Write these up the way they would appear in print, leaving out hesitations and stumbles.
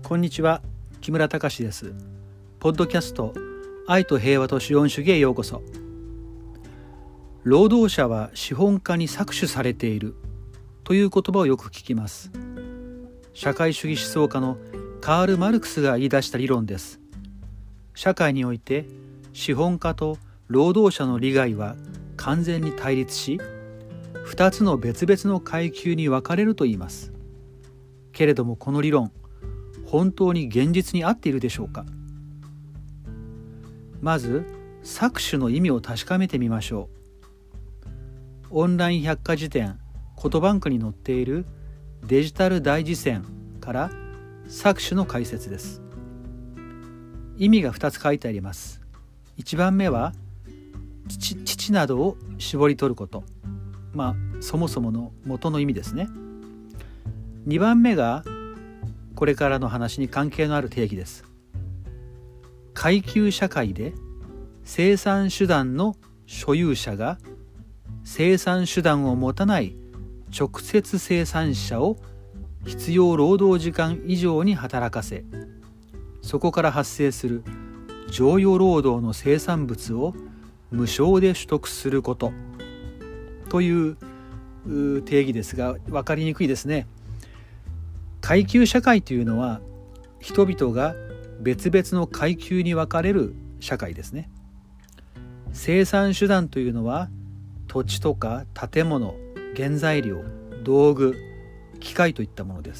こんにちは、木村隆です。ポッドキャスト愛と平和と資本主義へようこそ。労働者は資本家に搾取されているという言葉をよく聞きます。社会主義思想家のカール・マルクスが言い出した理論です。社会において資本家と労働者の利害は完全に対立し、2つの別々の階級に分かれると言います。けれどもこの理論、本当に現実に合っているでしょうか。まず搾取の意味を確かめてみましょう。オンライン百科事典コトバンクに載っているデジタル大辞典から搾取の解説です。意味が2つ書いてあります。1番目は乳などを絞り取ること、そもそもの元の意味ですね。2番目がこれからの話に関係のある定義です。階級社会で生産手段の所有者が生産手段を持たない直接生産者を必要労働時間以上に働かせ、そこから発生する剰余労働の生産物を無償で取得することという定義ですが、分かりにくいですね。階級社会というのは人々が別々の階級に分かれる社会ですね。生産手段というのは土地とか建物、原材料、道具、機械といったものです。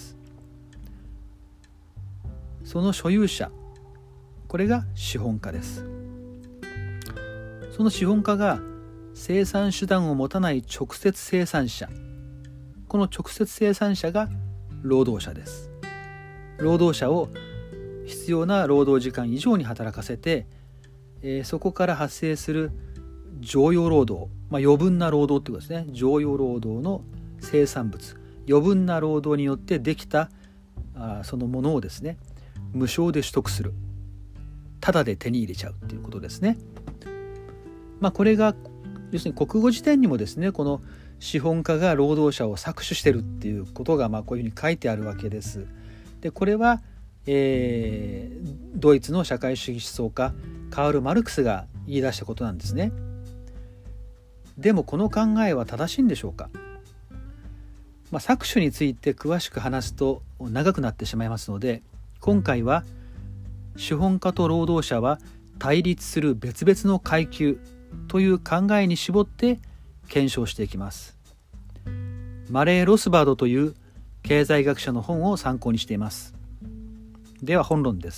その所有者、これが資本家です。その資本家が生産手段を持たない直接生産者、この直接生産者が労働者です。労働者を必要な労働時間以上に働かせて、そこから発生する剰余労働、余分な労働ということですね。剰余労働の生産物、余分な労働によってできたそのものをですね、無償で取得する、ただで手に入れちゃうということですね。これが要するに国語辞典にもですね、この資本家が労働者を搾取してるっていうことがこういうふうに書いてあるわけです。でこれは、ドイツの社会主義思想家カール・マルクスが言い出したことなんですね。でもこの考えは正しいんでしょうか。搾取について詳しく話すと長くなってしまいますので、今回は資本家と労働者は対立する別々の階級という考えに絞って検証していきます。マレー・ロスバードという経済学者の本を参考にしています。では本論です。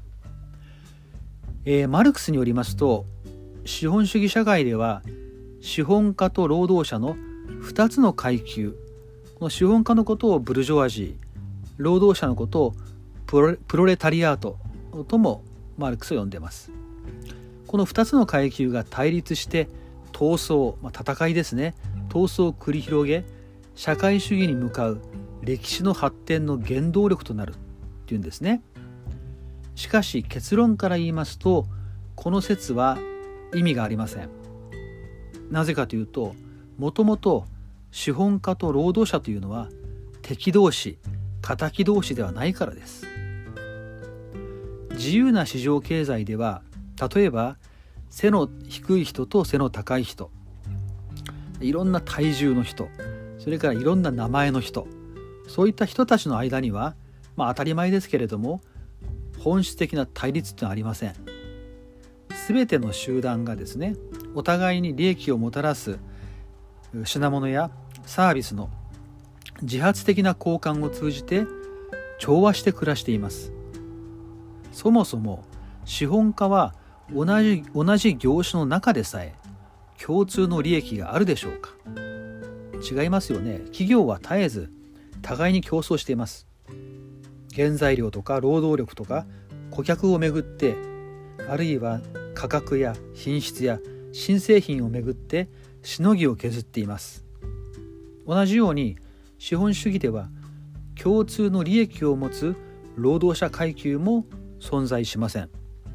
マルクスによりますと、資本主義社会では資本家と労働者の2つの階級、この資本家のことをブルジョワジー、労働者のことをプロレタリアートともマルクスを呼んでいます。この2つの階級が対立して闘争、戦いですね、闘争を繰り広げ、社会主義に向かう歴史の発展の原動力となるっていうんですね。しかし結論から言いますと、この説は意味がありません。なぜかというと、もともと資本家と労働者というのは敵同士、敵同士ではないからです。自由な市場経済では、例えば背の低い人と背の高い人、いろんな体重の人、それからいろんな名前の人、そういった人たちの間には、当たり前ですけれども、本質的な対立というのはありません。すべての集団がですね、お互いに利益をもたらす品物やサービスの自発的な交換を通じて調和して暮らしています。そもそも資本家は同じ業種の中でさえ共通の利益があるでしょうか。違いますよね。企業は絶えず互いに競争しています。原材料とか労働力とか顧客をめぐって、あるいは価格や品質や新製品をめぐってしのぎを削っています。同じように資本主義では共通の利益を持つ労働者階級も存在しません。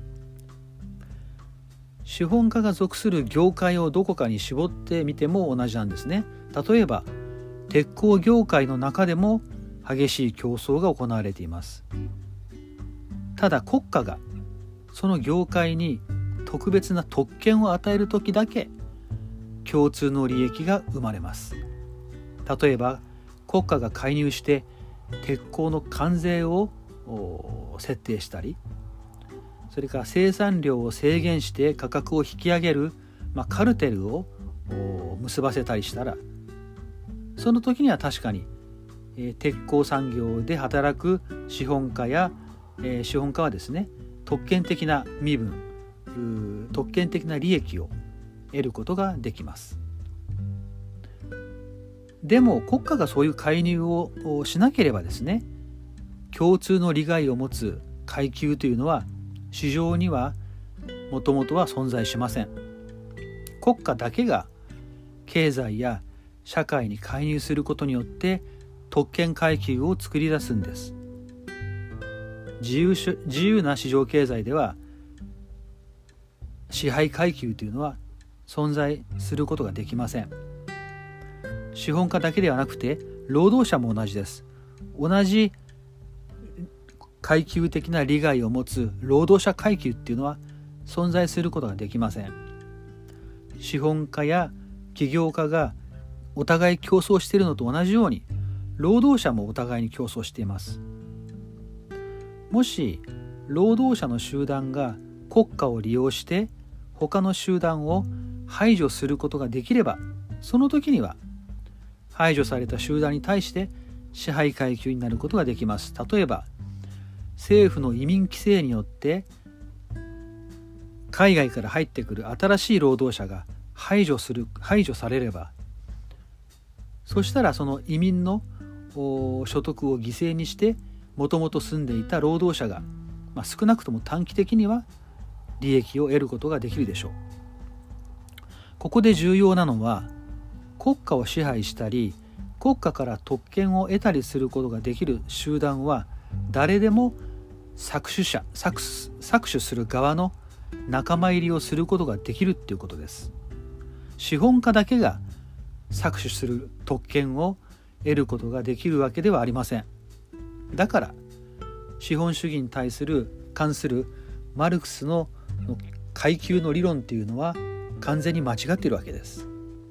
資本家が属する業界をどこかに絞ってみても同じなんですね。例えば鉄鋼業界の中でも激しい競争が行われています。 ただ国家がその業界に特別な特権を与えるときだけ共通の利益が生まれます。例えば国家が介入して鉄鋼の関税を設定したり、それから生産量を制限して価格を引き上げる、カルテルを結ばせたりしたら、その時には確かに鉄鋼産業で働く資本家や資本家はですね、特権的な身分、特権的な利益を得ることができます。でも国家がそういう介入をしなければですね、共通の利害を持つ階級というのは市場にはもともとは存在しません。国家だけが経済や社会に介入することによって特権階級を作り出すんです。自由な市場経済では支配階級というのは存在することができません。資本家だけではなくて労働者も同じです。同じ階級的な利害を持つ労働者階級っていうのは存在することができません。資本家や起業家がお互い競争しているのと同じように、労働者もお互いに競争しています。もし労働者の集団が国家を利用して他の集団を排除することができれば、その時には排除された集団に対して支配階級になることができます。例えば政府の移民規制によって海外から入ってくる新しい労働者が排除されれば、そしたらその移民の所得を犠牲にしてもともと住んでいた労働者が、少なくとも短期的には利益を得ることができるでしょう。ここで重要なのは、国家を支配したり国家から特権を得たりすることができる集団は誰でも搾取する側の仲間入りをすることができるっていうことです。資本家だけが搾取する特権を得ることができるわけではありません。だから資本主義に関するマルクスの階級の理論っていうのは完全に間違っているわけです。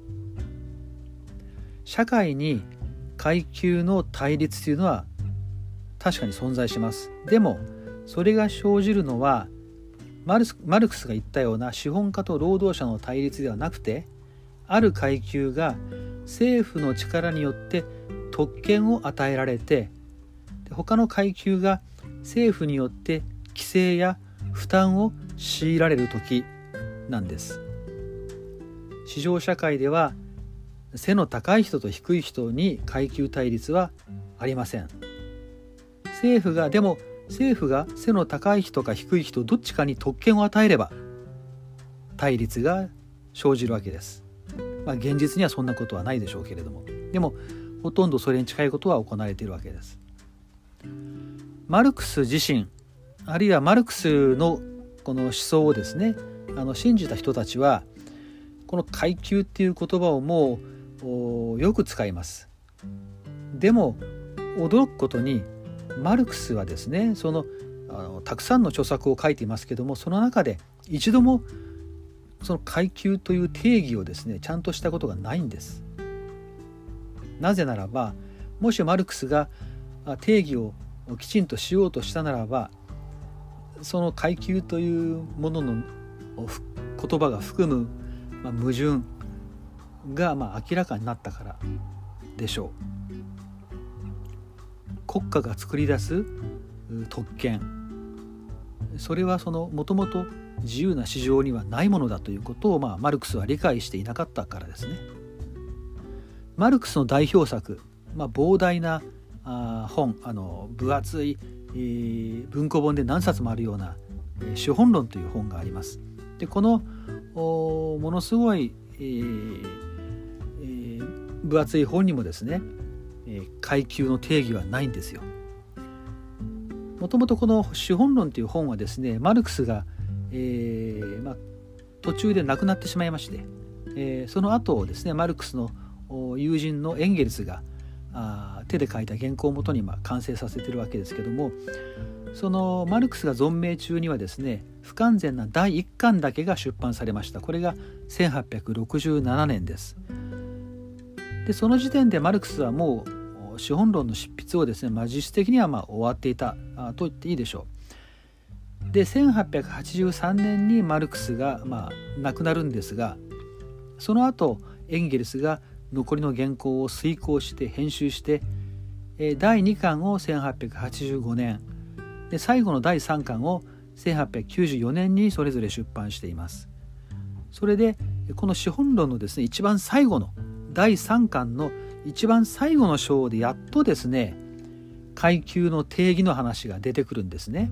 社会に階級の対立というのは確かに存在します。でもそれが生じるのはマルクスが言ったような資本家と労働者の対立ではなくて、ある階級が政府の力によって特権を与えられて、他の階級が政府によって規制や負担を強いられる時なんです。市場社会では背の高い人と低い人に階級対立はありません。政府が背の高い人か低い人どっちかに特権を与えれば対立が生じるわけです。現実にはそんなことはないでしょうけれども、でもほとんどそれに近いことは行われているわけです。マルクス自身、あるいはマルクスのこの思想をですね、信じた人たちはこの階級っていう言葉をもうよく使います。でも驚くことにマルクスはですね、たくさんの著作を書いていますけども、その中で一度もその階級という定義をですねちゃんとしたことがないんです。なぜならば、もしマルクスが定義をきちんとしようとしたならば、その階級というものの言葉が含む矛盾が明らかになったからでしょう。国家が作り出す特権、それはもともと自由な市場にはないものだということをマルクスは理解していなかったからですね。マルクスの代表作、膨大な本、分厚い、文庫本で何冊もあるような資本論という本があります。でこのものすごい、分厚い本にもですね、階級の定義はないんですよ。もともとこの資本論という本はですね、マルクスが、途中で亡くなってしまいまして、その後ですね、マルクスの友人のエンゲルスが手で書いた原稿をもとに完成させているわけですけども、 そのマルクスが存命中にはですね、不完全な第1巻だけが出版されました。これが1867年です。でその時点でマルクスはもう資本論の執筆をですね、実質的には終わっていたと言っていいでしょう。で1883年にマルクスが亡くなるんですが、その後エンゲルスが残りの原稿を遂行して編集して第2巻を1885年で最後の第3巻を1894年にそれぞれ出版しています。それでこの資本論のですね、一番最後の第3巻の一番最後の章でやっとですね、階級の定義の話が出てくるんですね。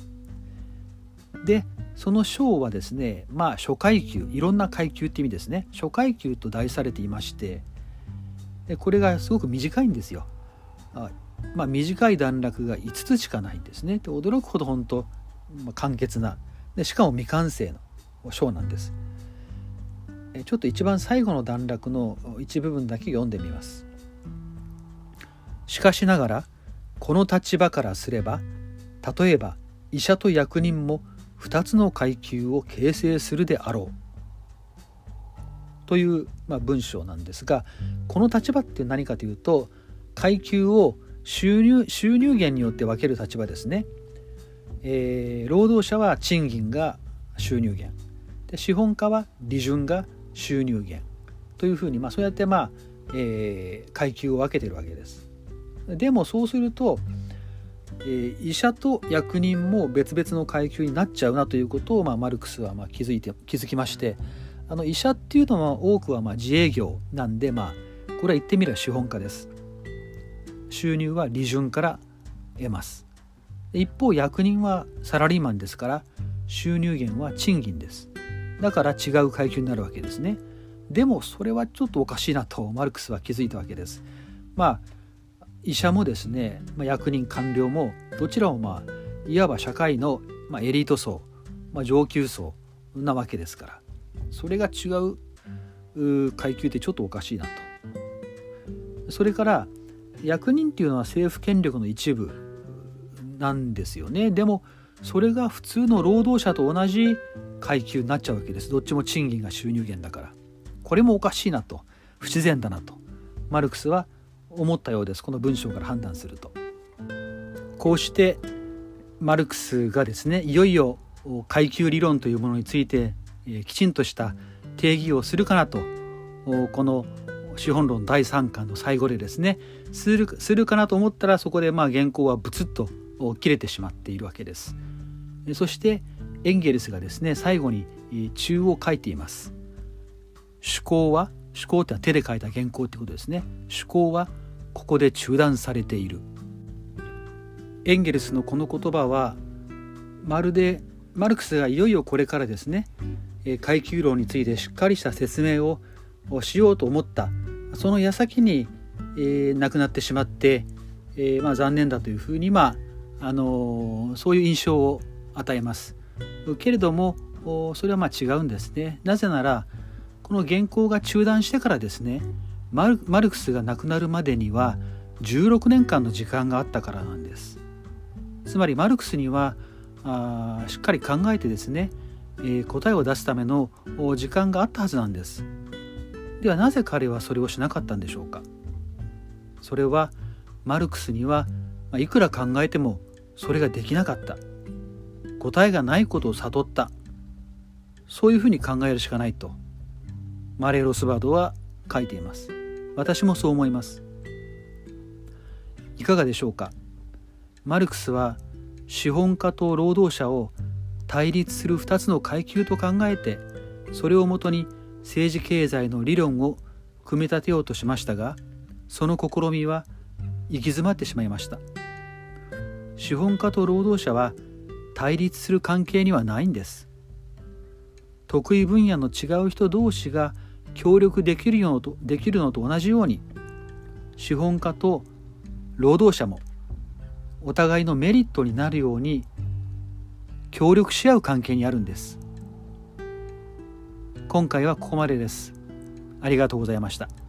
でその章はですね、初階級、いろんな階級って意味ですね。初階級と題されていまして、でこれがすごく短いんですよ。短い段落が5つしかないんですね。で驚くほど本当、簡潔なで、しかも未完成の章なんです。ちょっと一番最後の段落の一部分だけ読んでみます。しかしながらこの立場からすれば、例えば医者と役人も2つの階級を形成するであろうという、文章なんですが、この立場って何かというと、階級を収入源によって分ける立場ですね。労働者は賃金が収入源で、資本家は利潤が収入源というふうに、そうやって階級を分けているわけです。でもそうすると、医者と役人も別々の階級になっちゃうなということを、マルクスは気づきまして、医者っていうのは多くは自営業なんで、これは言ってみれば資本家です。収入は利潤から得ます。一方役人はサラリーマンですから、収入源は賃金です。だから違う階級になるわけですね。でもそれはちょっとおかしいなとマルクスは気づいたわけです。医者もですね、役人官僚もどちらもいわば社会のエリート層、上級層なわけですから、それが違う階級ってちょっとおかしいなと。それから役人っていうのは政府権力の一部なんですよね。でもそれが普通の労働者と同じ階級になっちゃうわけです。どっちも賃金が収入源だから、これもおかしいなと、不自然だなとマルクスは思ったようです。この文章から判断すると。こうしてマルクスがですね、いよいよ階級理論というものについてきちんとした定義をするかなと、この資本論第3巻の最後でですね、するかなと思ったら、そこで原稿はブツッと切れてしまっているわけです。そしてエンゲルスがですね、最後に中を書いています。主項ってのは手で書いた原稿ってことですね。主項はここで中断されている。エンゲルスのこの言葉は、まるでマルクスがいよいよこれからですね、階級論についてしっかりした説明をしようと思ったその矢先に、亡くなってしまって、残念だというふうに、そういう印象を与えます。けれどもそれは違うんですね。なぜならこの原稿が中断してからですね、マルクスが亡くなるまでには16年間の時間があったからなんです。つまりマルクスにはしっかり考えてですね、答えを出すための時間があったはずなんです。ではなぜ彼はそれをしなかったんでしょうか。それはマルクスにはいくら考えてもそれができなかった、答えがないことを悟った、そういうふうに考えるしかないとマレー・ロスバードは書いています。私もそう思います。いかがでしょうか。マルクスは資本家と労働者を対立する2つの階級と考えて、それをもとに政治経済の理論を組み立てようとしましたが、その試みは行き詰まってしまいました。資本家と労働者は対立する関係にはないんです。得意分野の違う人同士が協力できるのと同じように、資本家と労働者もお互いのメリットになるように協力し合う関係にあるんです。今回はここまでです。ありがとうございました。